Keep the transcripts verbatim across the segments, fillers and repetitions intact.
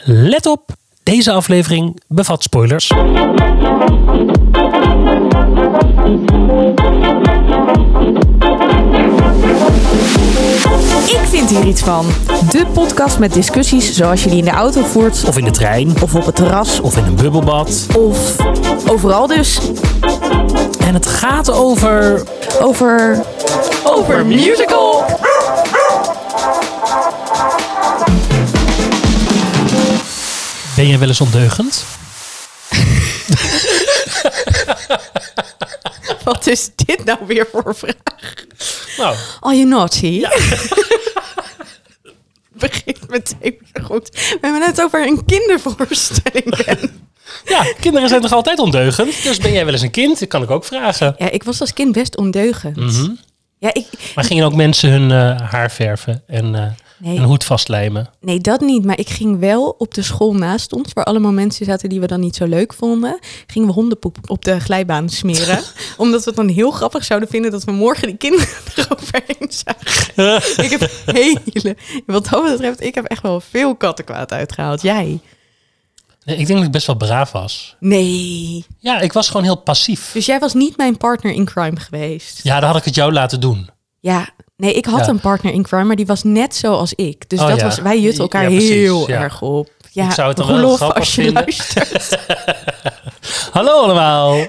Let op, deze aflevering bevat spoilers. Ik vind hier iets van. De podcast met discussies zoals je die in de auto voert. Of in de trein. Of op het terras. Of in een bubbelbad. Of overal dus. En het gaat over... Over... Over musical! Ben je wel eens ondeugend? Wat is dit nou weer voor een vraag? Nou. Are you naughty? Ja. Begint meteen weer goed. We hebben het over een kindervoorstelling. Ben. Ja, kinderen zijn toch altijd ondeugend? Dus ben jij wel eens een kind? Dat kan ik ook vragen. Ja, ik was als kind best ondeugend. Mm-hmm. Ja, ik... Maar gingen ook mensen hun uh, haar verven en uh, nee. een hoed vastlijmen? Nee, dat niet. Maar ik ging wel op de school naast ons, waar allemaal mensen zaten die we dan niet zo leuk vonden, gingen we hondenpoep op de glijbaan smeren. Omdat we het dan heel grappig zouden vinden dat we morgen die kinderen eroverheen zagen. Ik heb hele... Wat dat betreft, ik heb echt wel veel kattenkwaad uitgehaald. Jij? Nee, ik denk dat ik best wel braaf was. Nee. Ja, ik was gewoon heel passief. Dus jij was niet mijn partner in crime geweest? Ja, dan had ik het jou laten doen. Ja, nee, ik had ja. een partner in crime, maar die was net zoals ik. Dus oh, dat ja. was, wij jutten elkaar ja, precies, heel ja. erg op. Ja, ik zou het dan wel grappig als je vinden. luistert. Hallo allemaal.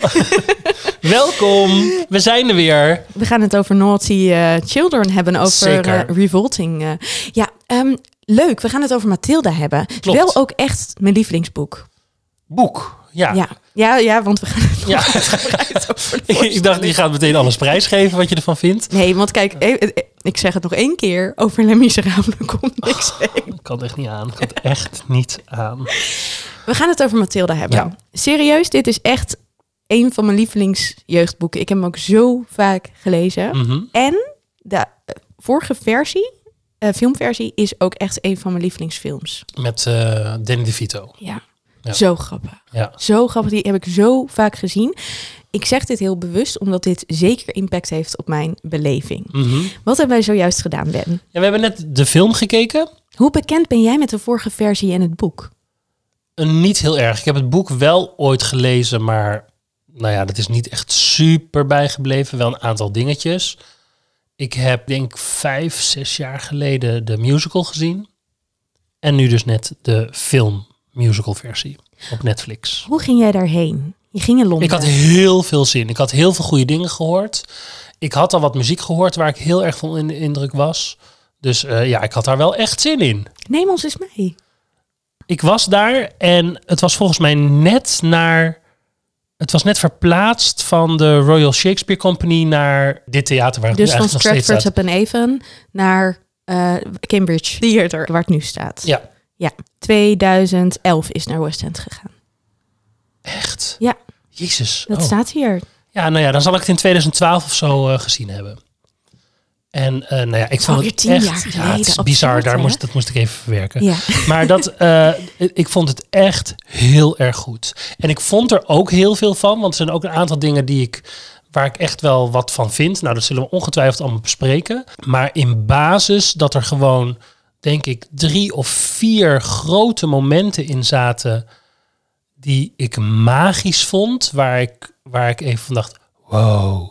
Welkom. We zijn er weer. We gaan het over Naughty uh, Children hebben, over uh, Revolting. Uh, ja, um, leuk. We gaan het over Mathilda hebben. Klopt. Wel ook echt mijn lievelingsboek. Boek, ja. Ja, ja, ja want we gaan het nog ja. uitgebreid over ik, ik dacht, je gaat meteen alles prijsgeven wat je ervan vindt. Nee, want kijk, ik zeg het nog één keer. Over Les Miserables komt niks heen. Ik kan het echt niet aan. Ik kan het echt niet aan. We gaan het over Mathilda hebben. Ja. Serieus, dit is echt een van mijn lievelingsjeugdboeken. Ik heb hem ook zo vaak gelezen. Mm-hmm. En de uh, vorige versie, uh, filmversie, is ook echt een van mijn lievelingsfilms. Met uh, Danny DeVito. Ja. Ja. Zo grappig. Ja. Zo grappig. Die heb ik zo vaak gezien. Ik zeg dit heel bewust, omdat dit zeker impact heeft op mijn beleving. Mm-hmm. Wat hebben wij zojuist gedaan, Ben? Ja, we hebben net de film gekeken. Hoe bekend ben jij met de vorige versie en het boek? Uh, niet heel erg. Ik heb het boek wel ooit gelezen, maar nou ja, dat is niet echt super bijgebleven. Wel een aantal dingetjes. Ik heb denk vijf, zes jaar geleden de musical gezien. En nu dus net de film musical versie op Netflix. Hoe ging jij daarheen? Je ging in Londen. Ik had heel veel zin. Ik had heel veel goede dingen gehoord. Ik had al wat muziek gehoord waar ik heel erg van in de indruk was. Dus uh, ja, ik had daar wel echt zin in. Neem ons eens mee. Ik was daar en het was volgens mij net naar... Het was net verplaatst van de Royal Shakespeare Company naar dit theater waar het dus nu eigenlijk nog steeds staat. Dus van Stratford upon Avon naar uh, Cambridge Theatre, waar het nu staat. Ja. Ja, tweeduizend elf is naar West End gegaan. Echt? Ja. Jezus. Dat oh. staat hier. Ja, nou ja, dan zal ik het in tweeduizend twaalf of zo uh, gezien hebben. En uh, nou ja, ik vond het tien echt... jaar geleden, ja, het is absurd, bizar. Daar hè? moest, dat moest ik even verwerken. Ja. Maar dat, uh, ik vond het echt heel erg goed. En ik vond er ook heel veel van. Want er zijn ook een aantal dingen die ik, waar ik echt wel wat van vind. Nou, dat zullen we ongetwijfeld allemaal bespreken. Maar in basis dat er gewoon, denk ik, drie of vier grote momenten in zaten die ik magisch vond. Waar ik, waar ik even van dacht, wow.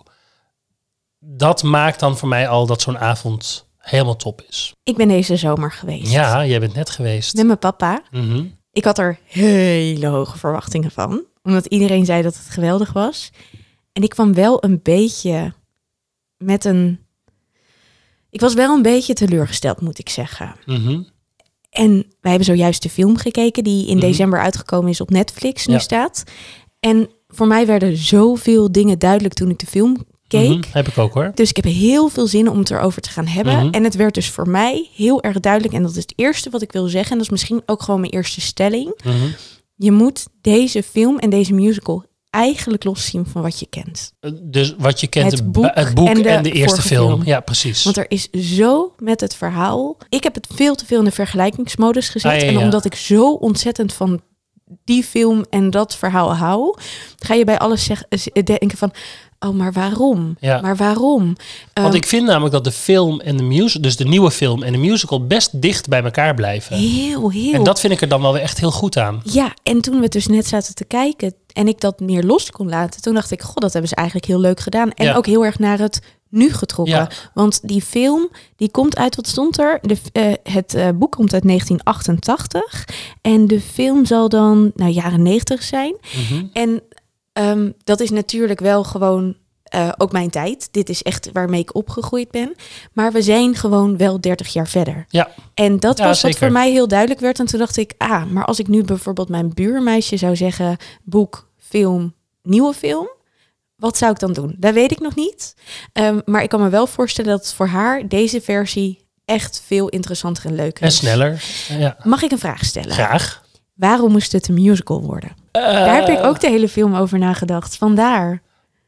Dat maakt dan voor mij al dat zo'n avond helemaal top is. Ik ben deze zomer geweest. Ja, jij bent net geweest. Met mijn papa. Mm-hmm. Ik had er hele hoge verwachtingen van. Omdat iedereen zei dat het geweldig was. En ik kwam wel een beetje met een... Ik was wel een beetje teleurgesteld, moet ik zeggen. Mm-hmm. En wij hebben zojuist de film gekeken die in Mm-hmm. december uitgekomen is op Netflix nu Ja. staat. En voor mij werden zoveel dingen duidelijk toen ik de film keek. Mm-hmm. Heb ik ook hoor. Dus ik heb heel veel zin om het erover te gaan hebben. Mm-hmm. En het werd dus voor mij heel erg duidelijk. En dat is het eerste wat ik wil zeggen. En dat is misschien ook gewoon mijn eerste stelling. Mm-hmm. Je moet deze film en deze musical eigenlijk loszien van wat je kent. Dus wat je kent, Het boek het boek en de, en de eerste vorige film. film. Ja, precies. Want er is zo met het verhaal... Ik heb het veel te veel in de vergelijkingsmodus gezet. Ah, ja, ja. En omdat ik zo ontzettend van die film en dat verhaal hou... ga je bij alles zeg, denken van... oh, maar waarom? Ja. Maar waarom? Want Um, ik vind namelijk dat de film en de musical, dus de nieuwe film en de musical, best dicht bij elkaar blijven. heel, heel. En dat vind ik er dan wel weer echt heel goed aan. Ja, en toen we dus net zaten te kijken en ik dat meer los kon laten, toen dacht ik, god, dat hebben ze eigenlijk heel leuk gedaan. En Ja. ook heel erg naar het nu getrokken. Ja. Want die film, die komt uit, wat stond er? De, uh, het uh, boek komt uit negentien achtentachtig. En de film zal dan, nou, jaren negentig zijn. Mm-hmm. En um, dat is natuurlijk wel gewoon uh, ook mijn tijd. Dit is echt waarmee ik opgegroeid ben. Maar we zijn gewoon wel dertig jaar verder. Ja. En dat Ja, was wat zeker. voor mij heel duidelijk werd. En toen dacht ik, ah, maar als ik nu bijvoorbeeld mijn buurmeisje zou zeggen, boek, film, nieuwe film, wat zou ik dan doen? Dat weet ik nog niet. Um, maar ik kan me wel voorstellen dat voor haar deze versie echt veel interessanter en leuker En is. sneller. Ja. Mag ik een vraag stellen? Graag. Waarom moest het een musical worden? Uh, Daar heb ik ook de hele film over nagedacht. Vandaar.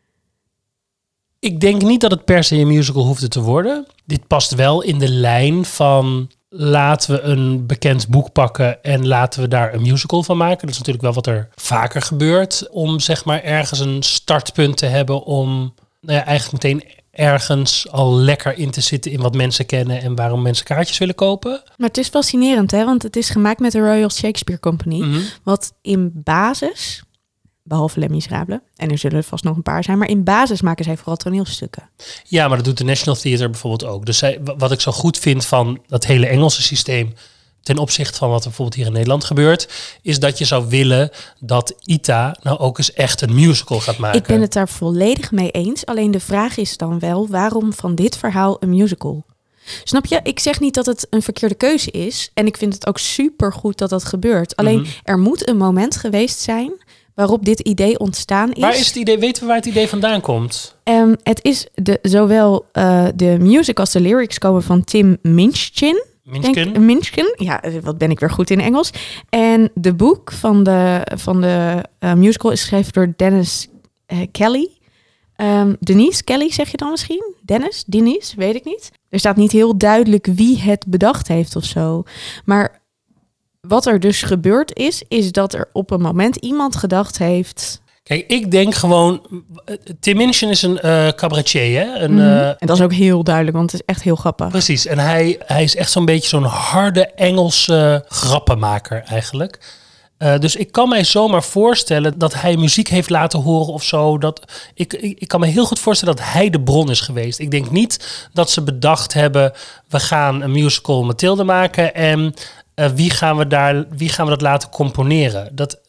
Ik denk niet dat het per se een musical hoefde te worden. Dit past wel in de lijn van laten we een bekend boek pakken en laten we daar een musical van maken. Dat is natuurlijk wel wat er vaker gebeurt. Om zeg maar ergens een startpunt te hebben om nou ja, eigenlijk meteen ergens al lekker in te zitten in wat mensen kennen en waarom mensen kaartjes willen kopen. Maar het is fascinerend, hè? Want het is gemaakt met de Royal Shakespeare Company. Mm-hmm. Wat in basis, behalve Les Miserables, en er zullen er vast nog een paar zijn, maar in basis maken zij vooral toneelstukken. Ja, maar dat doet de National Theatre bijvoorbeeld ook. Dus zij, wat ik zo goed vind van dat hele Engelse systeem ten opzichte van wat er bijvoorbeeld hier in Nederland gebeurt, is dat je zou willen dat I T A nou ook eens echt een musical gaat maken. Ik ben het daar volledig mee eens. Alleen de vraag is dan wel, waarom van dit verhaal een musical? Snap je? Ik zeg niet dat het een verkeerde keuze is. En ik vind het ook supergoed dat dat gebeurt. Alleen Mm-hmm. er moet een moment geweest zijn waarop dit idee ontstaan is. Waar is het idee? Weten we waar het idee vandaan komt? Um, het is de, zowel uh, de music als de lyrics komen van Tim Minchin. Minchin? Denk, Minchin, ja, wat ben ik weer goed in Engels. En de boek van de, van de uh, musical is geschreven door Dennis uh, Kelly. Um, Denise Kelly zeg je dan misschien? Dennis? Denise? Weet ik niet. Er staat niet heel duidelijk wie het bedacht heeft of zo. Maar wat er dus gebeurd is, is dat er op een moment iemand gedacht heeft. Kijk, ik denk gewoon, Tim Minchin is een uh, cabaretier, hè? Een, Mm-hmm. uh, En dat is ook heel duidelijk, want het is echt heel grappig. Precies, en hij, hij is echt zo'n beetje zo'n harde Engelse grappenmaker eigenlijk. Uh, dus ik kan mij zomaar voorstellen dat hij muziek heeft laten horen of zo. Dat, ik, ik, ik kan me heel goed voorstellen dat hij de bron is geweest. Ik denk niet dat ze bedacht hebben, we gaan een musical Mathilde maken en uh, wie, gaan we daar, wie gaan we dat laten componeren? Dat...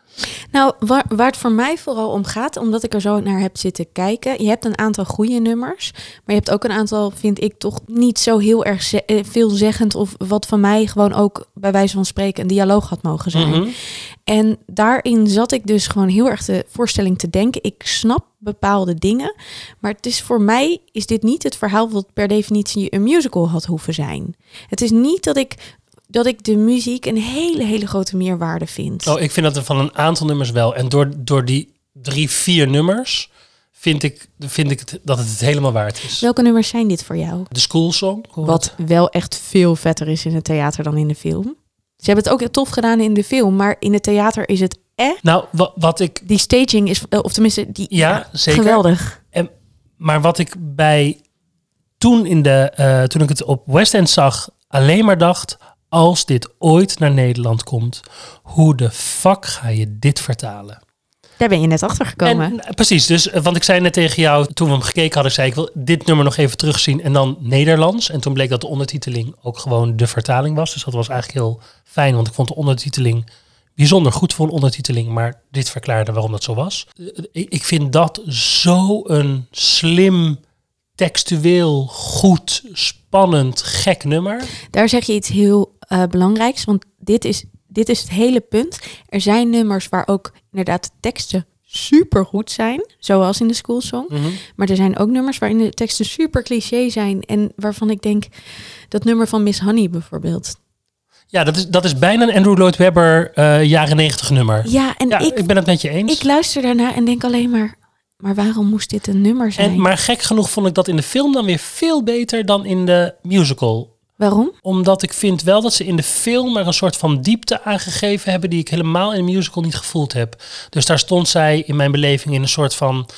Nou, waar, waar het voor mij vooral om gaat, omdat ik er zo naar heb zitten kijken. Je hebt een aantal goede nummers, maar je hebt ook een aantal, vind ik, toch niet zo heel erg ze- veelzeggend of wat van mij gewoon ook bij wijze van spreken een dialoog had mogen zijn. Mm-hmm. En daarin zat ik dus gewoon heel erg de voorstelling te denken. Ik snap bepaalde dingen, maar het is voor mij is dit niet het verhaal wat per definitie een musical had hoeven zijn. Het is niet dat ik dat ik de muziek een hele, hele grote meerwaarde vind. Oh, ik vind dat er van een aantal nummers wel. En door, door die drie, vier nummers vind ik, vind ik het, dat het het helemaal waard is. Welke nummers zijn dit voor jou? De School Song. Wat wel echt veel vetter is in het theater dan in de film. Ze hebben het ook tof gedaan in de film, maar in het theater is het echt. Nou, wat, wat ik... Die staging is, of tenminste, die Ja, ja, zeker. geweldig. En, maar wat ik bij... Toen, in de, uh, toen ik het op West End zag, alleen maar dacht, als dit ooit naar Nederland komt, hoe de fuck ga je dit vertalen? Daar ben je net achter gekomen. En, precies, dus, want ik zei net tegen jou, toen we hem gekeken hadden, zei ik, wil dit nummer nog even terugzien en dan Nederlands. En toen bleek dat de ondertiteling ook gewoon de vertaling was. Dus dat was eigenlijk heel fijn, want ik vond de ondertiteling bijzonder goed voor een ondertiteling, maar dit verklaarde waarom dat zo was. Ik vind dat zo een slim, textueel, goed, spannend, gek nummer. Daar zeg je iets heel uh, belangrijks, want dit is, dit is het hele punt. Er zijn nummers waar ook inderdaad de teksten super goed zijn, zoals in de School Song. Mm-hmm. Maar er zijn ook nummers waarin de teksten super cliché zijn en waarvan ik denk, dat nummer van Miss Honey bijvoorbeeld. Ja, dat is, dat is bijna een Andrew Lloyd Webber uh, jaren negentig nummer. Ja, en ja, ik, ik ben het met je eens. Ik luister daarna en denk alleen maar, maar waarom moest dit een nummer zijn? En, maar gek genoeg vond ik dat in de film dan weer veel beter dan in de musical. Waarom? Omdat ik vind wel dat ze in de film er een soort van diepte aangegeven hebben die ik helemaal in de musical niet gevoeld heb. Dus daar stond zij in mijn beleving in een soort van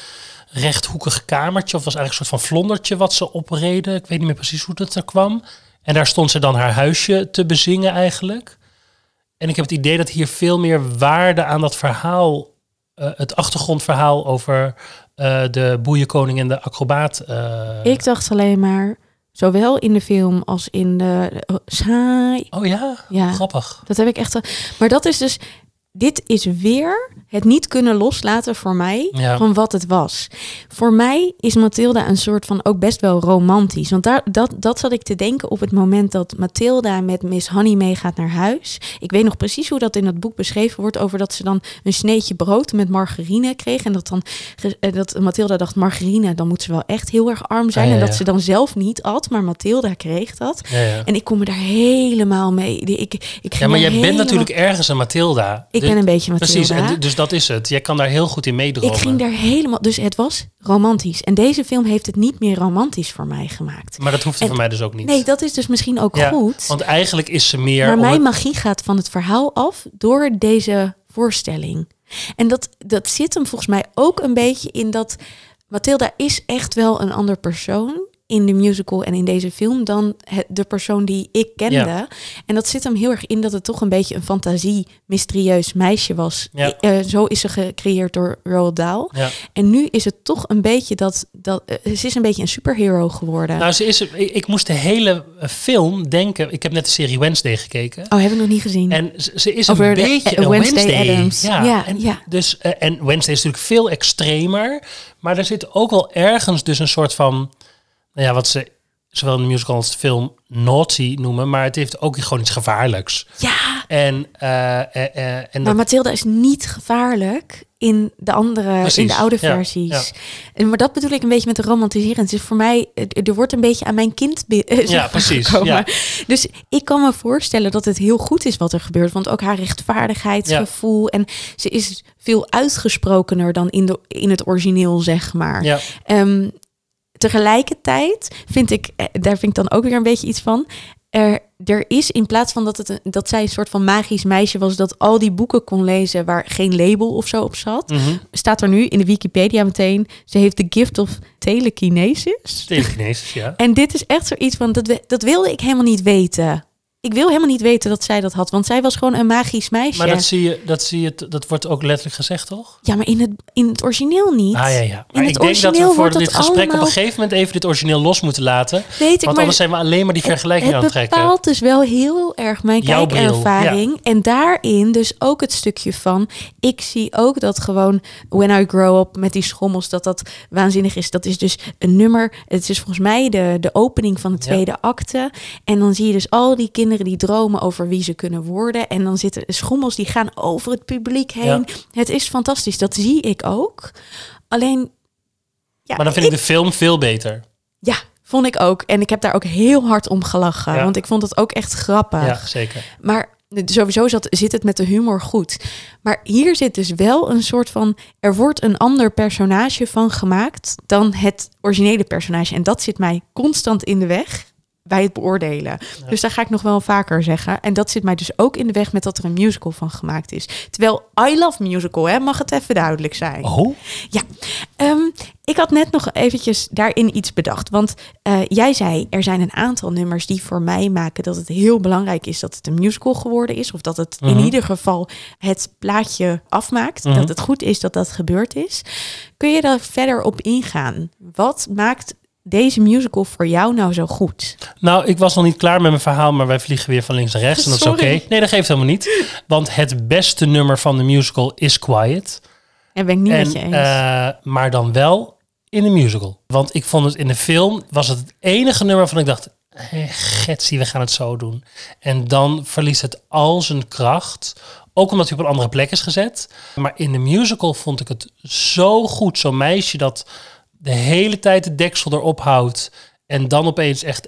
rechthoekig kamertje. Of was eigenlijk een soort van vlondertje wat ze opreden. Ik weet niet meer precies hoe dat er kwam. En daar stond ze dan haar huisje te bezingen eigenlijk. En ik heb het idee dat hier veel meer waarde aan dat verhaal... Uh, het achtergrondverhaal over uh, de boeienkoning en de acrobaat. Uh... Ik dacht alleen maar, zowel in de film als in de... Oh, saai. Oh ja? ja, grappig. Dat heb ik echt... Maar dat is dus... Dit is weer het niet kunnen loslaten voor mij ja. van wat het was. Voor mij is Mathilda een soort van ook best wel romantisch. Want daar, dat, dat zat ik te denken op het moment dat Mathilda met Miss Honey meegaat naar huis. Ik weet nog precies hoe dat in het boek beschreven wordt. Over dat ze dan een sneetje brood met margarine kreeg. En dat dan dat Mathilda dacht, margarine, dan moet ze wel echt heel erg arm zijn. Ah, ja, ja. En dat ze dan zelf niet at, maar Mathilda kreeg dat. Ja, ja. En ik kom me daar helemaal mee. Ik, ik ging ja, maar jij helemaal... bent natuurlijk ergens een Mathilda. Ik ben een beetje Mathilda. Precies, en dus dat is het. Jij kan daar heel goed in meedromen. Ik ging daar helemaal... Dus het was romantisch. En deze film heeft het niet meer romantisch voor mij gemaakt. Maar dat hoeft er en, voor mij dus ook niet. Nee, dat is dus misschien ook ja, goed. Want eigenlijk is ze meer... Maar mijn het... magie gaat van het verhaal af door deze voorstelling. En dat, dat zit hem volgens mij ook een beetje in dat... Mathilda is echt wel een ander persoon... in de musical en in deze film dan het, de persoon die ik kende. Ja. En dat zit hem heel erg in dat het toch een beetje een fantasie, mysterieus meisje was. Ja. Uh, zo is ze gecreëerd door Roald Dahl. Ja. En nu is het toch een beetje dat... dat uh, ze is een beetje een superhero geworden. Nou, ze is... Ik, ik moest de hele film denken... Ik heb net de serie Wednesday gekeken. Oh, heb ik nog niet gezien. En ze, ze is Over een de, beetje... Uh, Wednesday, Wednesday Addams. Ja, ja, en, ja. Dus, uh, en Wednesday is natuurlijk veel extremer. Maar er zit ook wel ergens dus een soort van... Nou ja, wat ze zowel in de musical als de film naughty noemen, maar het heeft ook gewoon iets gevaarlijks. Ja. En, uh, uh, uh, en maar dat... Mathilda is niet gevaarlijk in de andere, Precies. in de oude ja, versies. Ja. En maar dat bedoel ik een beetje met de romantiseren. Het is voor mij, er wordt een beetje aan mijn kind uh, ja, precies. Ja. Dus ik kan me voorstellen dat het heel goed is wat er gebeurt, want ook haar rechtvaardigheidsgevoel ja. en ze is veel uitgesprokener dan in de in het origineel, zeg maar. Ja. Um, Tegelijkertijd vind ik, daar vind ik dan ook weer een beetje iets van. Er, er is in plaats van dat, het een, dat zij een soort van magisch meisje was... dat al die boeken kon lezen waar geen label of zo op zat... Mm-hmm. Staat er nu in de Wikipedia meteen... ze heeft de gift of telekinesis. Telekinesis, ja. En dit is echt zoiets van... dat, dat wilde ik helemaal niet weten... Ik wil helemaal niet weten dat zij dat had, want zij was gewoon een magisch meisje. Maar dat zie je, dat zie je, dat wordt ook letterlijk gezegd, toch? Ja, maar in het, in het origineel niet. Ah ja, ja. Maar in ik denk dat we voor dit gesprek allemaal... op een gegeven moment even dit origineel los moeten laten. Weet ik, want anders zijn we alleen maar die vergelijking aan het trekken. Het bepaalt dus wel heel erg mijn Jouw kijkervaring. Ja. En daarin dus ook het stukje van... Ik zie ook dat gewoon When I Grow Up met die schommels... dat dat waanzinnig is. Dat is dus een nummer. Het is volgens mij de, de opening van de tweede ja. acte. En dan zie je dus al die kinderen die dromen over wie ze kunnen worden. En dan zitten schommels die gaan over het publiek heen. Ja. Het is fantastisch. Dat zie ik ook. Alleen... Ja, maar dan vind ik, ik de film veel beter. Ja, vond ik ook. En ik heb daar ook heel hard om gelachen. Ja. Want ik vond het ook echt grappig. Ja, zeker. Maar sowieso zat, zit het met de humor goed. Maar hier zit dus wel een soort van... Er wordt een ander personage van gemaakt dan het originele personage. En dat zit mij constant in de weg bij het beoordelen. Ja. Dus daar ga ik nog wel vaker zeggen. En dat zit mij dus ook in de weg met dat er een musical van gemaakt is. Terwijl I love musical, hè, mag het even duidelijk zijn. Oh? Ja. Um, ik had net nog eventjes daarin iets bedacht. Want uh, jij zei, er zijn een aantal nummers die voor mij maken dat het heel belangrijk is dat het een musical geworden is. Of dat het uh-huh. in ieder geval het plaatje afmaakt. Uh-huh. Dat het goed is dat dat gebeurd is. Kun je daar verder op ingaan? Wat maakt deze musical voor jou nou zo goed? Nou, ik was nog niet klaar met mijn verhaal, maar wij vliegen weer van links naar rechts. En dat Sorry. is oké. Okay. Nee, dat geeft helemaal niet. Want het beste nummer van de musical is Quiet. En ben ik niet en, met je eens. Uh, maar dan wel in de musical. Want ik vond het in de film, was het het enige nummer van ik dacht, hey, getsie, we gaan het zo doen. En dan verliest het al zijn kracht. Ook omdat hij op een andere plek is gezet. Maar in de musical vond ik het zo goed. Zo'n meisje dat de hele tijd de deksel erop houdt en dan opeens echt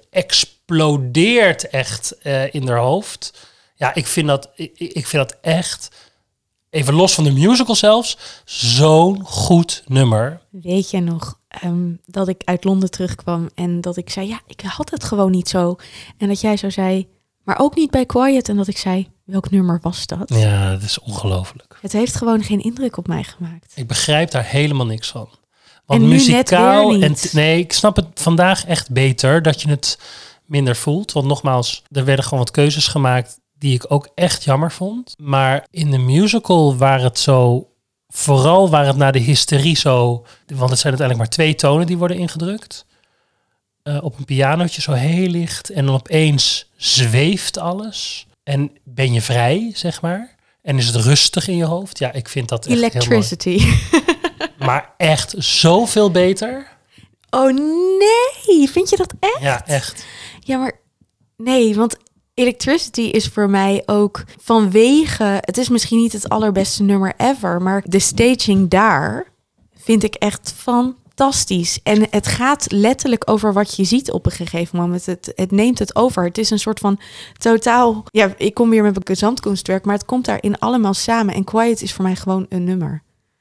explodeert echt uh, in haar hoofd. Ja, ik vind dat, ik, ik vind dat echt, even los van de musical zelfs, zo'n goed nummer. Weet je nog um, dat ik uit Londen terugkwam en dat ik zei, ja, ik had het gewoon niet zo. En dat jij zo zei, maar ook niet bij Quiet. En dat ik zei, welk nummer was dat? Ja, dat is ongelooflijk. Het heeft gewoon geen indruk op mij gemaakt. Ik begrijp daar helemaal niks van. Want En nu muzikaal... net weer En niet. t- nee, ik snap het vandaag echt beter dat je het minder voelt. Want nogmaals, er werden gewoon wat keuzes gemaakt die ik ook echt jammer vond. Maar in de musical waar het zo... Vooral waar het naar de hysterie zo... Want het zijn uiteindelijk maar twee tonen die worden ingedrukt. Uh, op een pianootje zo heel licht. En dan opeens zweeft alles. En ben je vrij, zeg maar. En is het rustig in je hoofd. Ja, ik vind dat echt Electricity. heel mooi. Maar echt zoveel beter. Oh nee, vind je dat echt? Ja, echt. Ja, maar nee, want Electricity is voor mij ook vanwege... Het is misschien niet het allerbeste nummer ever, maar de staging daar vind ik echt fantastisch. En het gaat letterlijk over wat je ziet op een gegeven moment. Het, het neemt het over. Het is een soort van totaal... Ja, ik kom hier met mijn gezandkunstwerk, maar het komt daarin allemaal samen. En Quiet is voor mij gewoon een nummer.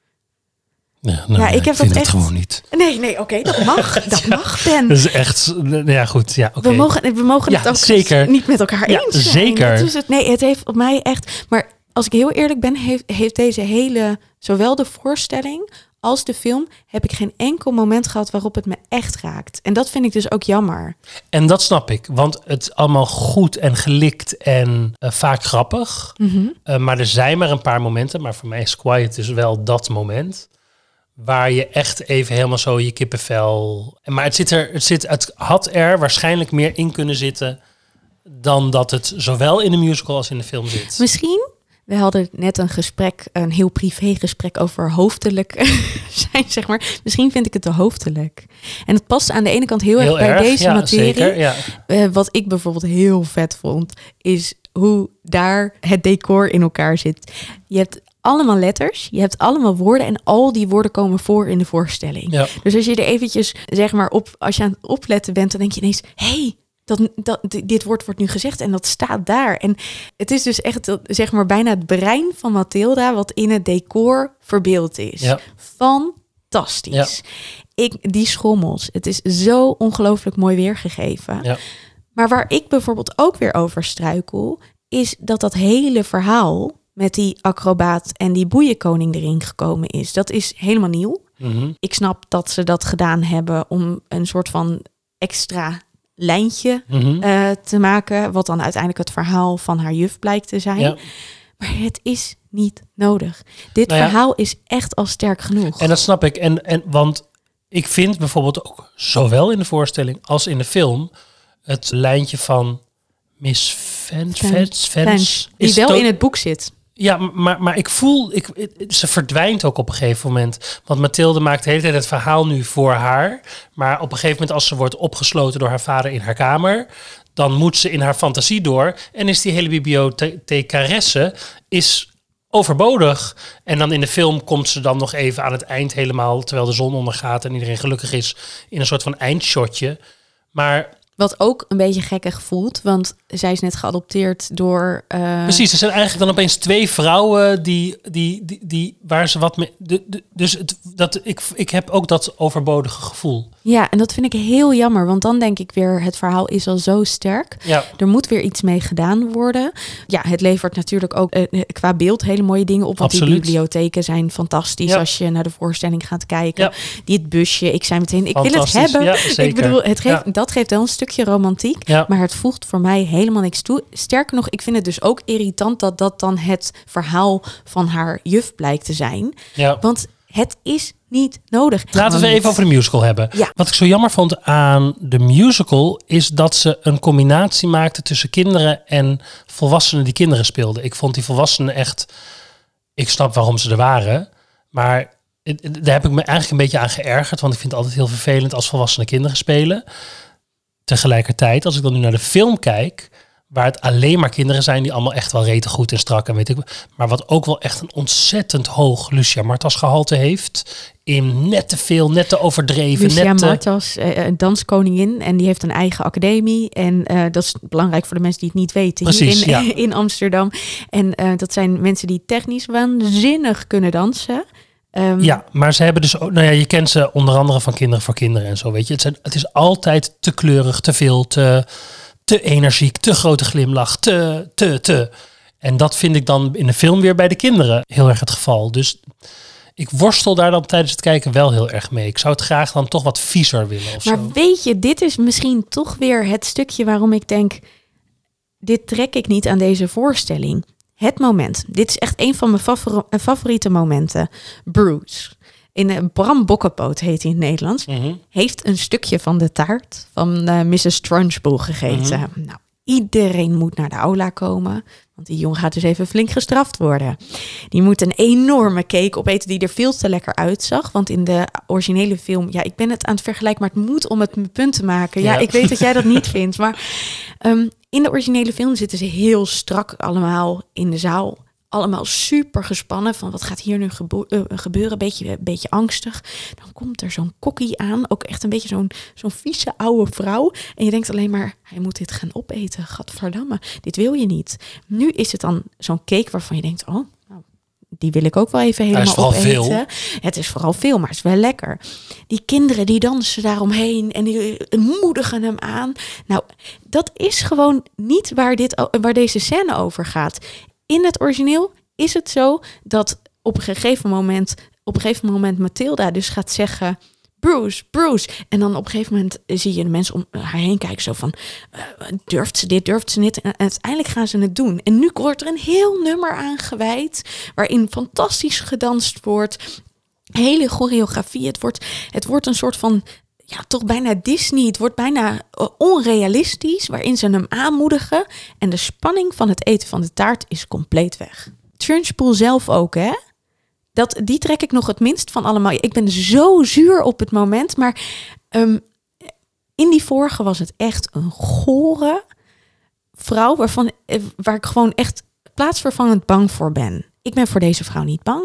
Ja, nou, ja, ik heb vind dat het echt... gewoon niet. Nee, nee, oké, okay, dat mag. Dat mag, Ben. Dat is echt... Ja, goed. Ja, oké. We mogen, we mogen Ja, het ook zeker. niet met elkaar Ja, eens zijn. zeker. Dat is het. Nee, het heeft op mij echt... Maar als ik heel eerlijk ben, heeft, heeft deze hele... Zowel de voorstelling als de film... heb ik geen enkel moment gehad waarop het me echt raakt. En dat vind ik dus ook jammer. En dat snap ik. Want het is allemaal goed en gelikt en uh, vaak grappig. Mm-hmm. Uh, maar er zijn maar een paar momenten. Maar voor mij is Quiet dus wel dat moment... waar je echt even helemaal zo je kippenvel... Maar het, zit er, het, zit, het had er waarschijnlijk meer in kunnen zitten... dan dat het zowel in de musical als in de film zit. Misschien, we hadden net een gesprek... een heel privé gesprek over hoofdelijk zijn, zeg maar. Misschien vind ik het te hoofdelijk. En het past aan de ene kant heel, heel erg bij erg, deze ja, materie. Zeker, ja. Uh, wat ik bijvoorbeeld heel vet vond... is hoe daar het decor in elkaar zit. Je hebt... allemaal letters, je hebt allemaal woorden en al die woorden komen voor in de voorstelling. Ja. Dus als je er eventjes, zeg maar, op, als je aan het opletten bent, dan denk je ineens, hey, dat, dat, dit woord wordt nu gezegd en dat staat daar. En het is dus echt, zeg maar, bijna het brein van Mathilda wat in het decor verbeeld is. Ja. Fantastisch. Ja. Ik, die schommels, het is zo ongelooflijk mooi weergegeven. Ja. Maar waar ik bijvoorbeeld ook weer over struikel, is dat dat hele verhaal met die acrobaat en die boeienkoning erin gekomen is. Dat is helemaal nieuw. Mm-hmm. Ik snap dat ze dat gedaan hebben om een soort van extra lijntje mm-hmm. uh, te maken, wat dan uiteindelijk het verhaal van haar juf blijkt te zijn. Ja. Maar het is niet nodig. Dit nou ja. verhaal is echt al sterk genoeg. En dat snap ik. En, en, want ik vind bijvoorbeeld ook, zowel in de voorstelling als in de film, het lijntje van Miss Vance, Vance, Vance, die wel to- in het boek zit. Ja, maar, maar ik voel, ik, ze verdwijnt ook op een gegeven moment. Want Mathilde maakt de hele tijd het verhaal nu voor haar. Maar op een gegeven moment als ze wordt opgesloten door haar vader in haar kamer, dan moet ze in haar fantasie door. En is die hele bibliothecaresse is overbodig. En dan in de film komt ze dan nog even aan het eind helemaal, terwijl de zon ondergaat en iedereen gelukkig is, in een soort van eindshotje. Maar wat ook een beetje gekkig voelt, want zij is net geadopteerd door... Uh... Precies, er zijn eigenlijk dan opeens twee vrouwen die, die, die, die waar ze wat mee... De, de, dus het, dat, ik, ik heb ook dat overbodige gevoel. Ja, en dat vind ik heel jammer, want dan denk ik weer, het verhaal is al zo sterk. Ja. Er moet weer iets mee gedaan worden. Ja, het levert natuurlijk ook uh, qua beeld hele mooie dingen op, want Absoluut. Die bibliotheken zijn fantastisch Ja. als je naar de voorstelling gaat kijken. Ja. Dit busje, ik zei meteen, ik wil het hebben. Ja, zeker. Ik bedoel, het geeft, Ja. dat geeft wel een stukje romantiek, Ja. maar het voegt voor mij helemaal niks toe. Sterker nog, ik vind het dus ook irritant dat dat dan het verhaal van haar juf blijkt te zijn. Ja. Want het is niet nodig. Laten we even over de musical hebben. Ja. Wat ik zo jammer vond aan de musical is dat ze een combinatie maakte tussen kinderen en volwassenen die kinderen speelden. Ik vond die volwassenen echt... Ik snap waarom ze er waren, maar daar heb ik me eigenlijk een beetje aan geërgerd, want ik vind het altijd heel vervelend als volwassenen kinderen spelen. Tegelijkertijd, als ik dan nu naar de film kijk, waar het alleen maar kinderen zijn die allemaal echt wel rete goed en strak en weet ik, maar wat ook wel echt een ontzettend hoog Lucia Martas gehalte heeft, in net te veel, net te overdreven. Lucia net te... Martas, uh, een danskoningin, en die heeft een eigen academie. En uh, dat is belangrijk voor de mensen die het niet weten. Precies, hier in, ja. in Amsterdam. En uh, dat zijn mensen die technisch waanzinnig kunnen dansen. Um, Ja, maar ze hebben dus ook, nou ja, je kent ze onder andere van Kinderen voor Kinderen en zo, weet je. Het, zijn, het is altijd te kleurig, te veel, te, te energiek, te grote glimlach, te, te, te. En dat vind ik dan in de film weer bij de kinderen heel erg het geval. Dus ik worstel daar dan tijdens het kijken wel heel erg mee. Ik zou het graag dan toch wat viezer willen of Maar zo. weet je, dit is misschien toch weer het stukje waarom ik denk, dit trek ik niet aan deze voorstelling. Het moment. Dit is echt een van mijn favori- favoriete momenten. Bruce. In uh, Bram Bokkenpoot heet hij in het Nederlands. Mm-hmm. Heeft een stukje van de taart van uh, missus Trunchbull gegeten. Mm-hmm. Nou, iedereen moet naar de aula komen. Want die jongen gaat dus even flink gestraft worden. Die moet een enorme cake opeten die er veel te lekker uitzag. Want in de originele film... Ja, ik ben het aan het vergelijken, maar het moet om het mijn punt te maken. Ja, ja. Ik weet dat jij dat niet vindt. Maar um, in de originele film zitten ze heel strak allemaal in de zaal. Allemaal super gespannen van wat gaat hier nu gebo- uh, gebeuren. Beetje, uh, beetje angstig. Dan komt er zo'n kokkie aan. Ook echt een beetje zo'n, zo'n vieze oude vrouw. En je denkt alleen maar, hij moet dit gaan opeten. Gadverdamme, dit wil je niet. Nu is het dan zo'n cake waarvan je denkt, oh, nou, die wil ik ook wel even helemaal opeten. Veel. Het is vooral veel, maar het is wel lekker. Die kinderen die dansen daaromheen en die uh, moedigen hem aan. Nou, dat is gewoon niet waar, dit, waar deze scène over gaat. In het origineel is het zo dat op een gegeven moment, op een gegeven moment Mathilda dus gaat zeggen, Bruce, Bruce. En dan op een gegeven moment zie je de mensen om haar heen kijken zo van, uh, durft ze dit, durft ze dit? En uiteindelijk gaan ze het doen. En nu wordt er een heel nummer aan gewijd, waarin fantastisch gedanst wordt. Hele choreografie. Het wordt, het wordt een soort van, ja, toch bijna Disney. Het wordt bijna uh, onrealistisch, waarin ze hem aanmoedigen. En de spanning van het eten van de taart is compleet weg. Trunchbull zelf ook, hè? Dat, die trek ik nog het minst van allemaal. Ik ben zo zuur op het moment, maar um, in die vorige was het echt een gore vrouw, waarvan, waar ik gewoon echt plaatsvervangend bang voor ben. Ik ben voor deze vrouw niet bang.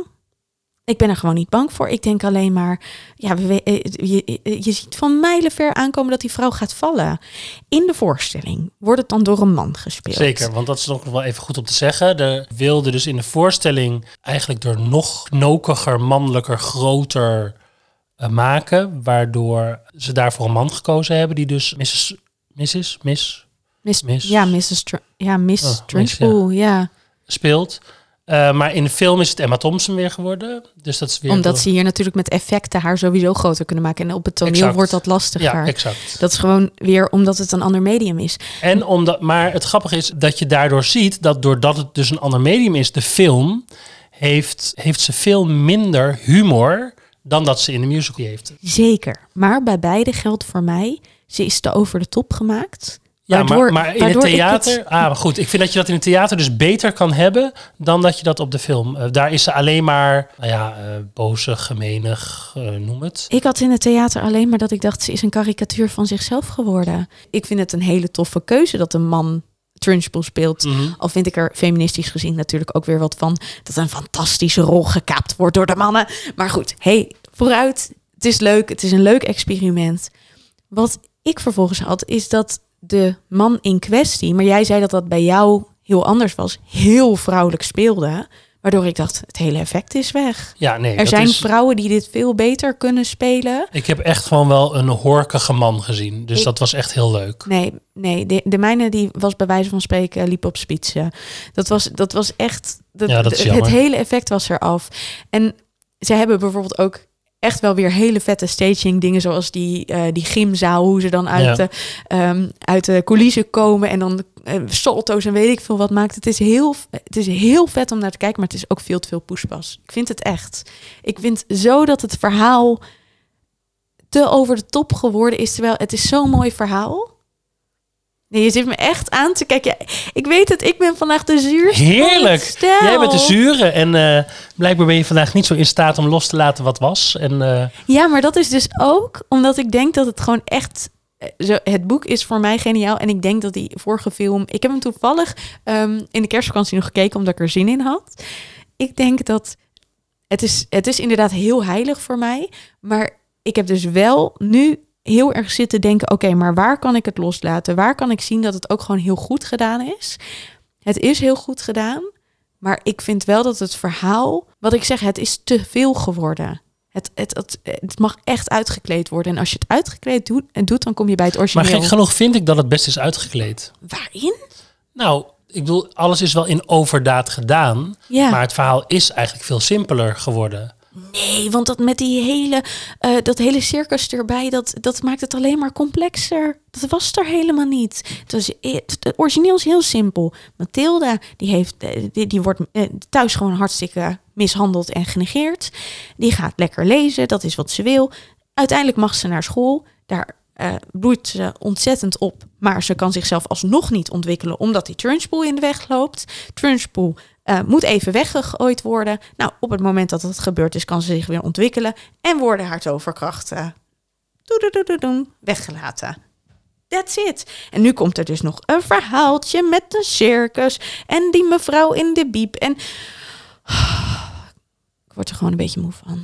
Ik ben er gewoon niet bang voor. Ik denk alleen maar, ja, we, je, je ziet van mijlenver aankomen dat die vrouw gaat vallen. In de voorstelling wordt het dan door een man gespeeld. Zeker, want dat is nog wel even goed om te zeggen. Er wilde dus in de voorstelling eigenlijk door nog knokiger, mannelijker, groter uh, maken. Waardoor ze daarvoor een man gekozen hebben die dus missus missus Miss... Miss, Miss ja, missus Tr- ja, Miss oh, Trunchbull, ja. ja. Speelt. Uh, maar in de film is het Emma Thompson weer geworden. Dus dat is weer Omdat door... ze hier natuurlijk met effecten haar sowieso groter kunnen maken. En op het toneel exact. wordt dat lastiger. Ja, exact. Dat is gewoon weer omdat het een ander medium is. En omdat, maar het grappige is dat je daardoor ziet dat doordat het dus een ander medium is, de film, heeft, heeft ze veel minder humor dan dat ze in de musical heeft. Zeker. Maar bij beide geldt voor mij, ze is te over de top gemaakt. Ja, waardoor, maar, maar in het theater... Het... Ah, maar goed. Ik vind dat je dat in het theater dus beter kan hebben dan dat je dat op de film... Uh, daar is ze alleen maar, nou ja, uh, boze, gemenig, uh, noem het. Ik had in het theater alleen maar dat ik dacht, ze is een karikatuur van zichzelf geworden. Ik vind het een hele toffe keuze dat een man Trunchbull speelt. Mm-hmm. Al vind ik er feministisch gezien natuurlijk ook weer wat van, dat een fantastische rol gekaapt wordt door de mannen. Maar goed, hey, vooruit. Het is leuk. Het is een leuk experiment. Wat ik vervolgens had, is dat de man in kwestie, maar jij zei dat dat bij jou heel anders was, heel vrouwelijk speelde, waardoor ik dacht, het hele effect is weg. Ja, nee. Er zijn is... vrouwen die dit veel beter kunnen spelen. Ik heb echt gewoon wel een horkige man gezien, dus ik... dat was echt heel leuk. Nee, nee, de, de mijne die was bij wijze van spreken liep op spitsen. Dat was, dat was echt, dat, ja, dat is het hele effect was eraf. En ze hebben bijvoorbeeld ook echt wel weer hele vette staging dingen, zoals die, uh, die gymzaal, hoe ze dan uit, ja. de, um, uit de coulissen komen en dan uh, salto's en weet ik veel wat maakt. Het is, heel, het is heel vet om naar te kijken, maar het is ook veel te veel poespas. Ik vind het echt. Ik vind zo dat het verhaal te over de top geworden is, terwijl het is zo'n mooi verhaal. Nee, je zit me echt aan te kijken. Ja, ik weet het, ik ben vandaag de zuurste. Heerlijk. Stel. Jij bent de zure en uh, blijkbaar ben je vandaag niet zo in staat om los te laten wat was. En, uh... Ja, maar dat is dus ook omdat ik denk dat het gewoon echt... Zo, het boek is voor mij geniaal en ik denk dat die vorige film... Ik heb hem toevallig um, in de kerstvakantie nog gekeken omdat ik er zin in had. Ik denk dat... Het is, het is inderdaad heel heilig voor mij, maar ik heb dus wel nu heel erg zitten denken, oké, okay, maar waar kan ik het loslaten? Waar kan ik zien dat het ook gewoon heel goed gedaan is? Het is heel goed gedaan, maar ik vind wel dat het verhaal, wat ik zeg, het is te veel geworden. Het, het, het, het mag echt uitgekleed worden. En als je het uitgekleed doet, doet, dan kom je bij het origineel. Maar gek genoeg vind ik dat het best is uitgekleed. Waarin? Nou, ik bedoel, alles is wel in overdaad gedaan, ja. Maar het verhaal is eigenlijk veel simpeler geworden. Nee, want dat met die hele, uh, dat hele circus erbij, dat, dat maakt het alleen maar complexer. Dat was er helemaal niet. Het, was, het, het origineel is heel simpel. Mathilda, die, heeft, die, die wordt uh, thuis gewoon hartstikke mishandeld en genegeerd. Die gaat lekker lezen, dat is wat ze wil. Uiteindelijk mag ze naar school. Daar uh, bloeit ze ontzettend op. Maar ze kan zichzelf alsnog niet ontwikkelen, omdat die Trunchbull in de weg loopt. Trunchbull Uh, moet even weggegooid worden. Nou, op het moment dat dat gebeurd is, kan ze zich weer ontwikkelen en worden haar toverkrachten weggelaten. That's it. En nu komt er dus nog een verhaaltje met een circus en die mevrouw in de biep. En oh, ik word er gewoon een beetje moe van.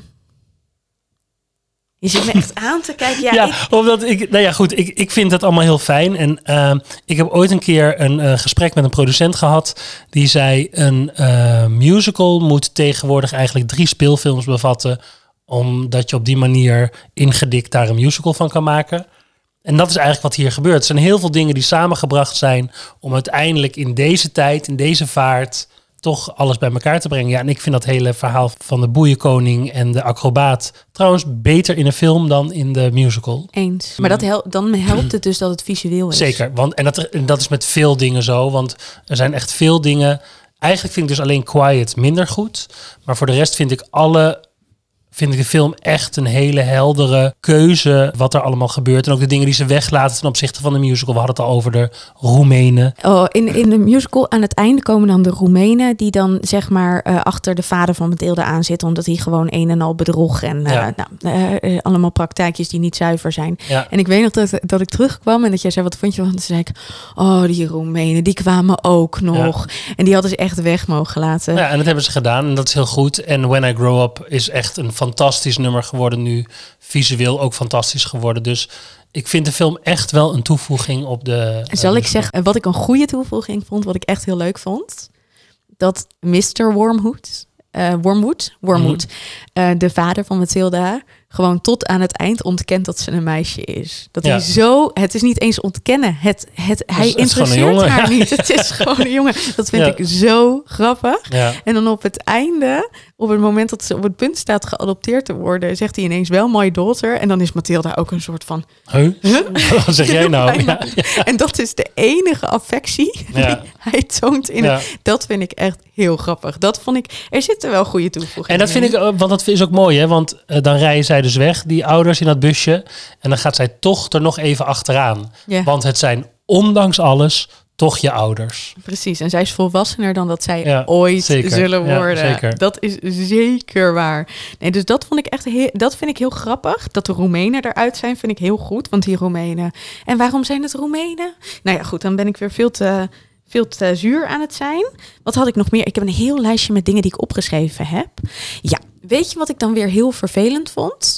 Je zit me echt aan te kijken. Ja, ja ik... omdat ik, nou ja, goed, ik, ik vind dat allemaal heel fijn. En uh, ik heb ooit een keer een uh, gesprek met een producent gehad. Die zei, een uh, musical moet tegenwoordig eigenlijk drie speelfilms bevatten. Omdat je op die manier ingedikt daar een musical van kan maken. En dat is eigenlijk wat hier gebeurt. Er zijn heel veel dingen die samengebracht zijn om uiteindelijk in deze tijd, in deze vaart, toch alles bij elkaar te brengen. Ja, en ik vind dat hele verhaal van de boeienkoning en de acrobaat trouwens beter in een film dan in de musical. Eens. Maar dat hel- dan helpt het dus dat het visueel is. Zeker, want en dat, en dat is met veel dingen zo. Want er zijn echt veel dingen. Eigenlijk vind ik dus alleen Quiet minder goed. Maar voor de rest vind ik alle... vind ik de film echt een hele heldere keuze wat er allemaal gebeurt. En ook de dingen die ze weglaten ten opzichte van de musical. We hadden het al over de Roemenen. Oh, in, in de musical aan het einde komen dan de Roemenen die dan zeg maar uh, achter de vader van Mathilde aan zitten. Omdat hij gewoon een en al bedrog en uh, Ja. nou, uh, uh, allemaal praktijkjes die niet zuiver zijn. Ja. En ik weet nog dat, dat ik terugkwam en dat jij zei, wat vond je van? Toen zei ik, oh, die Roemenen, die kwamen ook nog. Ja. En die hadden ze echt weg mogen laten. Ja, en dat hebben ze gedaan en dat is heel goed. En When I Grow Up is echt een fantastisch nummer geworden nu. Visueel ook fantastisch geworden. Dus ik vind de film echt wel een toevoeging op de... Zal uh, ik zeggen, wat ik een goede toevoeging vond, wat ik echt heel leuk vond? Dat mister Wormwood, uh, Wormwood, Wormwood mm-hmm. uh, de vader van Mathilda, gewoon tot aan het eind ontkent dat ze een meisje is. Dat ja. hij zo... Het is niet eens ontkennen. Het, het, hij het interesseert jongen, haar ja. niet. Het is gewoon een jongen. Dat vind ja. ik zo grappig. Ja. En dan op het einde, op het moment dat ze op het punt staat geadopteerd te worden, zegt hij ineens wel my daughter. En dan is Mathilda ook een soort van... Huh? huh? Wat zeg jij nou? Ja. Ja. En dat is de enige affectie die ja. hij toont in ja. het. Dat vind ik echt heel grappig. Dat vond ik... Er zitten wel goede toevoegingen. En dat vind ik... Want dat is ook mooi, hè? Want uh, dan rijden zij dus weg, die ouders in dat busje. En dan gaat zij toch er nog even achteraan. Ja. Want het zijn ondanks alles toch je ouders. Precies. En zij is volwassener dan dat zij ja, ooit zeker. zullen worden. Ja, dat is zeker waar. Nee, dus dat vond ik echt heel, dat vind ik heel grappig. Dat de Roemenen eruit zijn, vind ik heel goed. Want die Roemenen... En waarom zijn het Roemenen? Nou ja, goed, dan ben ik weer veel te... veel te zuur aan het zijn. Wat had ik nog meer? Ik heb een heel lijstje met dingen die ik opgeschreven heb. Ja, weet je wat ik dan weer heel vervelend vond?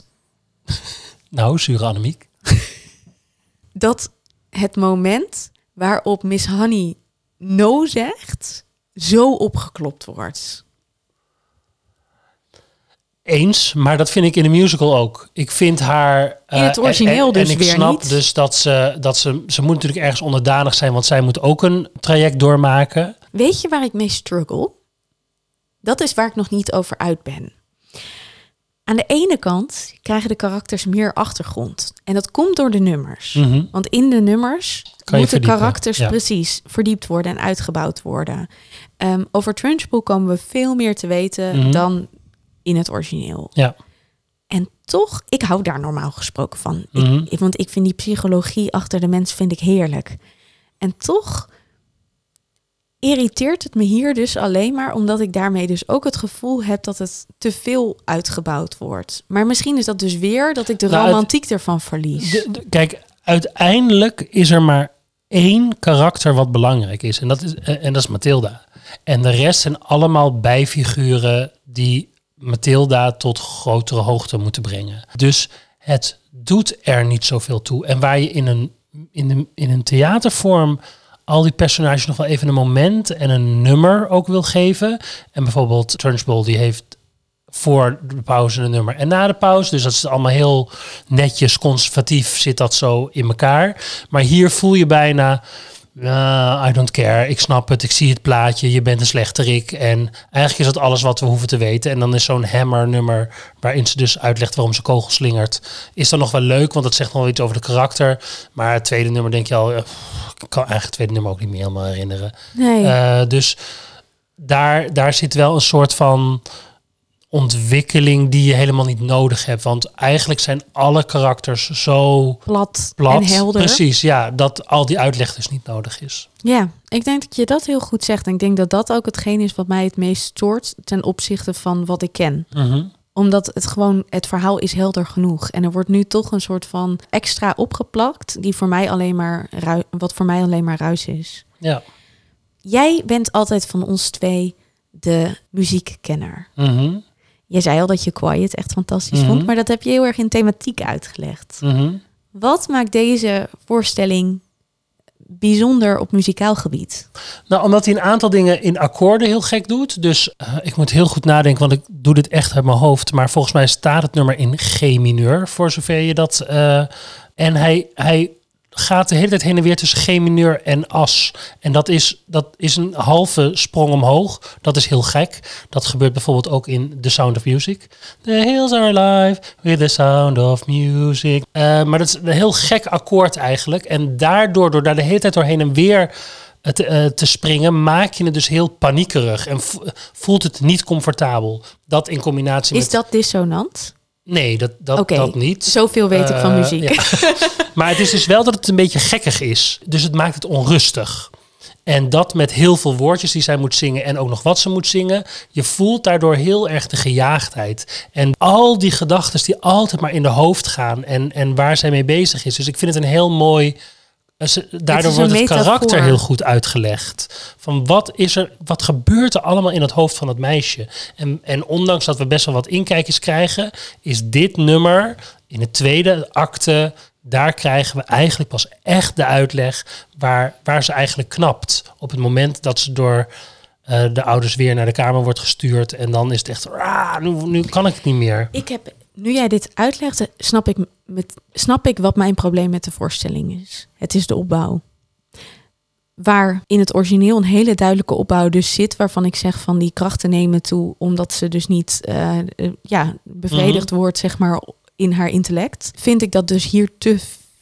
Nou, zure Annemiek. Dat het moment waarop Miss Honey no zegt, zo opgeklopt wordt. Eens, maar dat vind ik in de musical ook. Ik vind haar... Uh, in het origineel en, en, dus en weer niet. En ik snap dus dat ze, dat ze... Ze moet natuurlijk ergens onderdanig zijn, want zij moet ook een traject doormaken. Weet je waar ik mee struggle? Dat is waar ik nog niet over uit ben. Aan de ene kant krijgen de karakters meer achtergrond. En dat komt door de nummers. Mm-hmm. Want in de nummers kan moeten karakters ja. precies verdiept worden en uitgebouwd worden. Um, over Trunchbull komen we veel meer te weten mm-hmm. dan in het origineel. Ja. En toch, ik hou daar normaal gesproken van. Mm-hmm. Ik, want ik vind die psychologie achter de mens vind ik heerlijk. En toch irriteert het me hier dus alleen maar omdat ik daarmee dus ook het gevoel heb dat het te veel uitgebouwd wordt. Maar misschien is dat dus weer dat ik de nou, romantiek het, ervan verlies. De, de, kijk, uiteindelijk is er maar één karakter wat belangrijk is. En dat is, en dat is Mathilda. En de rest zijn allemaal bijfiguren die Mathilda tot grotere hoogte moeten brengen. Dus het doet er niet zoveel toe. En waar je in een, in een, in een theatervorm al die personages nog wel even een moment en een nummer ook wil geven. En bijvoorbeeld Trunchbull, die heeft voor de pauze een nummer en na de pauze. Dus dat is allemaal heel netjes, conservatief zit dat zo in elkaar. Maar hier voel je bijna, Uh, I don't care, ik snap het, ik zie het plaatje, je bent een slechterik. En eigenlijk is dat alles wat we hoeven te weten. En dan is zo'n Hammer nummer, waarin ze dus uitlegt waarom ze kogels slingert, is dan nog wel leuk, want dat zegt nog wel iets over de karakter. Maar het tweede nummer denk je al, uh, ik kan eigenlijk het tweede nummer ook niet meer helemaal herinneren. Nee. Uh, dus daar, daar zit wel een soort van ontwikkeling die je helemaal niet nodig hebt. Want eigenlijk zijn alle karakters zo plat, plat en helder. Precies, ja, dat al die uitleg dus niet nodig is. Ja, ik denk dat je dat heel goed zegt. En ik denk dat dat ook hetgeen is wat mij het meest stoort ten opzichte van wat ik ken. Mm-hmm. Omdat het gewoon, het verhaal is helder genoeg. En er wordt nu toch een soort van extra opgeplakt die voor mij alleen maar ru- wat voor mij alleen maar ruis is. Ja. Jij bent altijd van ons twee de muziekkenner. Mm-hmm. Je zei al dat je Quiet echt fantastisch Mm-hmm. vond, maar dat heb je heel erg in thematiek uitgelegd. Mm-hmm. Wat maakt deze voorstelling bijzonder op muzikaal gebied? Nou, omdat hij een aantal dingen in akkoorden heel gek doet. Dus uh, ik moet heel goed nadenken, want ik doe dit echt uit mijn hoofd. Maar volgens mij staat het nummer in G mineur, voor zover je dat... Uh, en hij... hij gaat de hele tijd heen en weer tussen G mineur en as. En dat is, dat is een halve sprong omhoog. Dat is heel gek. Dat gebeurt bijvoorbeeld ook in The Sound of Music. The hills are alive with the sound of music. Uh, maar dat is een heel gek akkoord eigenlijk. En daardoor, door daar de hele tijd doorheen en weer te, uh, te springen, maak je het dus heel paniekerig. En voelt het niet comfortabel. Dat in combinatie is met... Is dat dissonant? Nee, dat, dat, okay. dat niet. Zoveel weet uh, ik van muziek. Ja. Maar het is dus wel dat het een beetje gekkig is. Dus het maakt het onrustig. En dat met heel veel woordjes die zij moet zingen en ook nog wat ze moet zingen. Je voelt daardoor heel erg de gejaagdheid. En al die gedachten die altijd maar in de hoofd gaan en, en waar zij mee bezig is. Dus ik vind het een heel mooi... Daardoor wordt het metafoor. Karakter heel goed uitgelegd. Van wat is er, wat gebeurt er allemaal in het hoofd van het meisje? En, en ondanks dat we best wel wat inkijkjes krijgen, is dit nummer in het tweede acte, daar krijgen we eigenlijk pas echt de uitleg waar, waar ze eigenlijk knapt. Op het moment dat ze door uh, de ouders weer naar de kamer wordt gestuurd. En dan is het echt, ah, nu, nu kan ik het niet meer. Ik heb, nu jij dit uitlegt, snap ik, met, snap ik wat mijn probleem met de voorstelling is. Het is de opbouw. Waar in het origineel een hele duidelijke opbouw dus zit, waarvan ik zeg van die krachten nemen toe, omdat ze dus niet uh, uh, ja, bevredigd mm-hmm. wordt, zeg maar, in haar intellect. Vind ik dat dus hier te,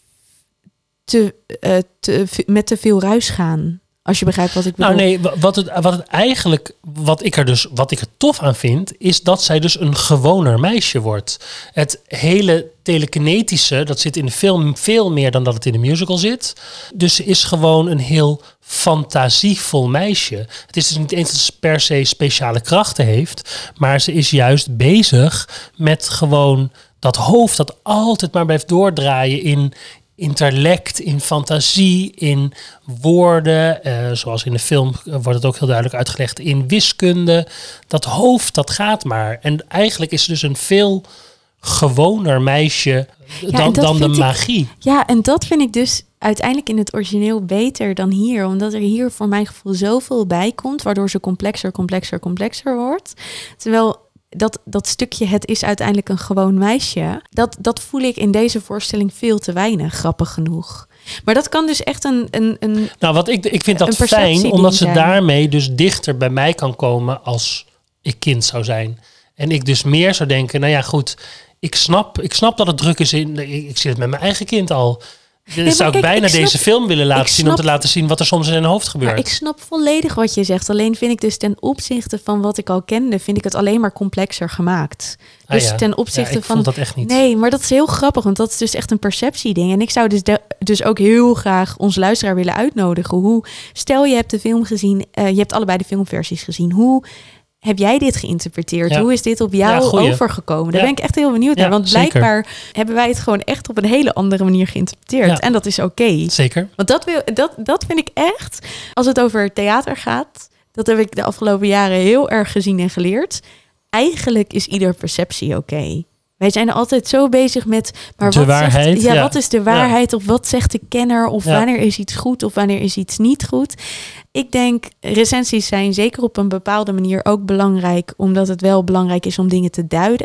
te, uh, te met te veel ruis gaan. Als je begrijpt wat ik bedoel. Nou nee, wat het, wat het eigenlijk, wat ik er dus, wat ik er tof aan vind, is dat zij dus een gewoner meisje wordt. Het hele telekinetische, dat zit in de film veel meer dan dat het in de musical zit. Dus ze is gewoon een heel fantasievol meisje. Het is dus niet eens dat ze per se speciale krachten heeft, maar ze is juist bezig met gewoon dat hoofd dat altijd maar blijft doordraaien in intellect, in fantasie, in woorden. Uh, zoals in de film wordt het ook heel duidelijk uitgelegd. In wiskunde. Dat hoofd, dat gaat maar. En eigenlijk is ze dus een veel gewoner meisje ja, dan, dan de magie. Ik, ja, en dat vind ik dus uiteindelijk in het origineel beter dan hier. Omdat er hier voor mijn gevoel zoveel bij komt, waardoor ze complexer, complexer, complexer wordt. Terwijl Dat, dat stukje het is uiteindelijk een gewoon meisje, dat, dat voel ik in deze voorstelling veel te weinig, grappig genoeg. Maar dat kan dus echt een... een, een nou, wat ik, ik vind dat fijn, omdat ze zijn. daarmee dus dichter bij mij kan komen als ik kind zou zijn. En ik dus meer zou denken, nou ja goed, ik snap, ik snap dat het druk is in... Ik, ik zit het met mijn eigen kind al. Dan nee, zou ik kijk, bijna ik snap, deze film willen laten zien snap, om te laten zien wat er soms in zijn hoofd gebeurt. Maar ik snap volledig wat je zegt. Alleen vind ik dus ten opzichte van wat ik al kende, vind ik het alleen maar complexer gemaakt. Dus ah ja. ten opzichte ja, ik van. Vond dat echt niet. Nee, maar dat is heel grappig, want dat is dus echt een perceptieding. En ik zou dus, de, dus ook heel graag onze luisteraar willen uitnodigen. Hoe, stel je hebt de film gezien, uh, je hebt allebei de filmversies gezien. Hoe heb jij dit geïnterpreteerd? Ja. Hoe is dit op jou ja, overgekomen? Daar ja. ben ik echt heel benieuwd naar. Ja, want blijkbaar zeker. hebben wij het gewoon echt op een hele andere manier geïnterpreteerd. Ja. En dat is oké. Okay. Zeker. Want dat, wil, dat, dat vind ik echt, als het over theater gaat, dat heb ik de afgelopen jaren heel erg gezien en geleerd. Eigenlijk is ieder perceptie oké. Okay. Wij zijn altijd zo bezig met, maar de wat, waarheid, zegt, ja, ja. wat is de waarheid? Ja. Of wat zegt de kenner? Of ja. wanneer is iets goed? Of wanneer is iets niet goed? Ik denk, recensies zijn zeker op een bepaalde manier ook belangrijk, omdat het wel belangrijk is om dingen te duiden.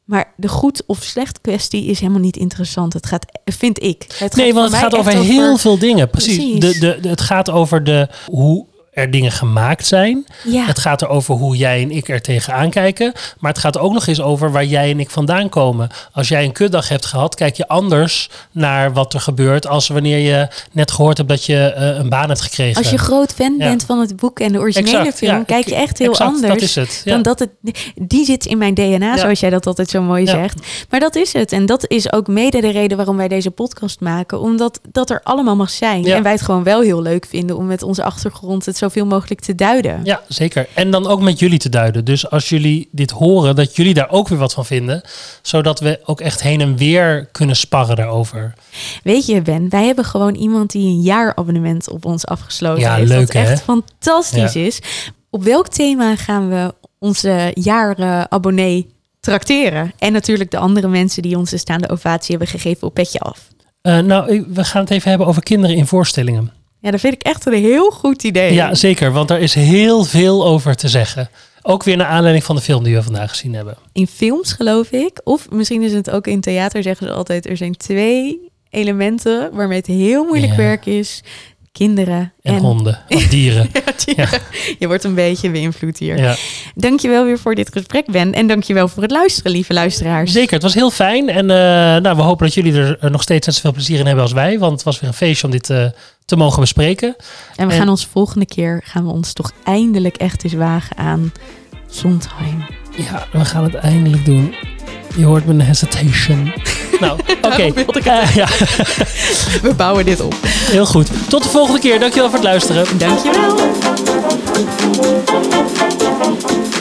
Maar de goed of slecht kwestie is helemaal niet interessant. Het gaat, vind ik. Het nee, gaat want het gaat over heel over... veel dingen. Precies. Precies. De, de, de, het gaat over de hoe er dingen gemaakt zijn. Ja. Het gaat erover hoe jij en ik er tegenaan kijken. Maar het gaat ook nog eens over waar jij en ik vandaan komen. Als jij een kutdag hebt gehad, kijk je anders naar wat er gebeurt als wanneer je net gehoord hebt dat je uh, een baan hebt gekregen. Als je groot fan ja. bent van het boek en de originele exact, film, ja, kijk je echt heel exact, anders. Dat is het. Ja. Dan dat het, die zit in mijn D N A, ja. zoals jij dat altijd zo mooi ja. zegt. Maar dat is het. En dat is ook mede de reden waarom wij deze podcast maken. Omdat dat er allemaal mag zijn. Ja. En wij het gewoon wel heel leuk vinden om met onze achtergrond het zoveel mogelijk te duiden. Ja, zeker. En dan ook met jullie te duiden. Dus als jullie dit horen, dat jullie daar ook weer wat van vinden. Zodat we ook echt heen en weer kunnen sparren daarover. Weet je, Ben, wij hebben gewoon iemand die een jaarabonnement op ons afgesloten ja, heeft. Leuk, wat echt hè? fantastisch ja. is. Op welk thema gaan we onze jaarabonnee trakteren? En natuurlijk de andere mensen die ons een staande ovatie hebben gegeven op Petje Af. Uh, nou, we gaan het even hebben over kinderen in voorstellingen. Ja, dat vind ik echt een heel goed idee. Ja, zeker. Want er is heel veel over te zeggen. Ook weer naar aanleiding van de film die we vandaag gezien hebben. In films geloof ik, of misschien is het ook in theater, zeggen ze altijd, er zijn twee elementen waarmee het heel moeilijk ja. werk is. Kinderen en, en honden, of dieren. ja, dieren. Ja. Je wordt een beetje beïnvloed hier. Ja. Dankjewel weer voor dit gesprek, Ben. En dankjewel voor het luisteren, lieve luisteraars. Zeker, het was heel fijn. En uh, nou, we hopen dat jullie er nog steeds net zoveel plezier in hebben als wij. Want het was weer een feestje om dit uh, te mogen bespreken. En we en... gaan ons volgende keer, gaan we ons toch eindelijk echt eens wagen aan Sondheim. Ja, we gaan het eindelijk doen. Je hoort mijn hesitation. Nou, oké. Okay. Uh, ja. We bouwen dit op. Heel goed. Tot de volgende keer. Dankjewel voor het luisteren. Dankjewel.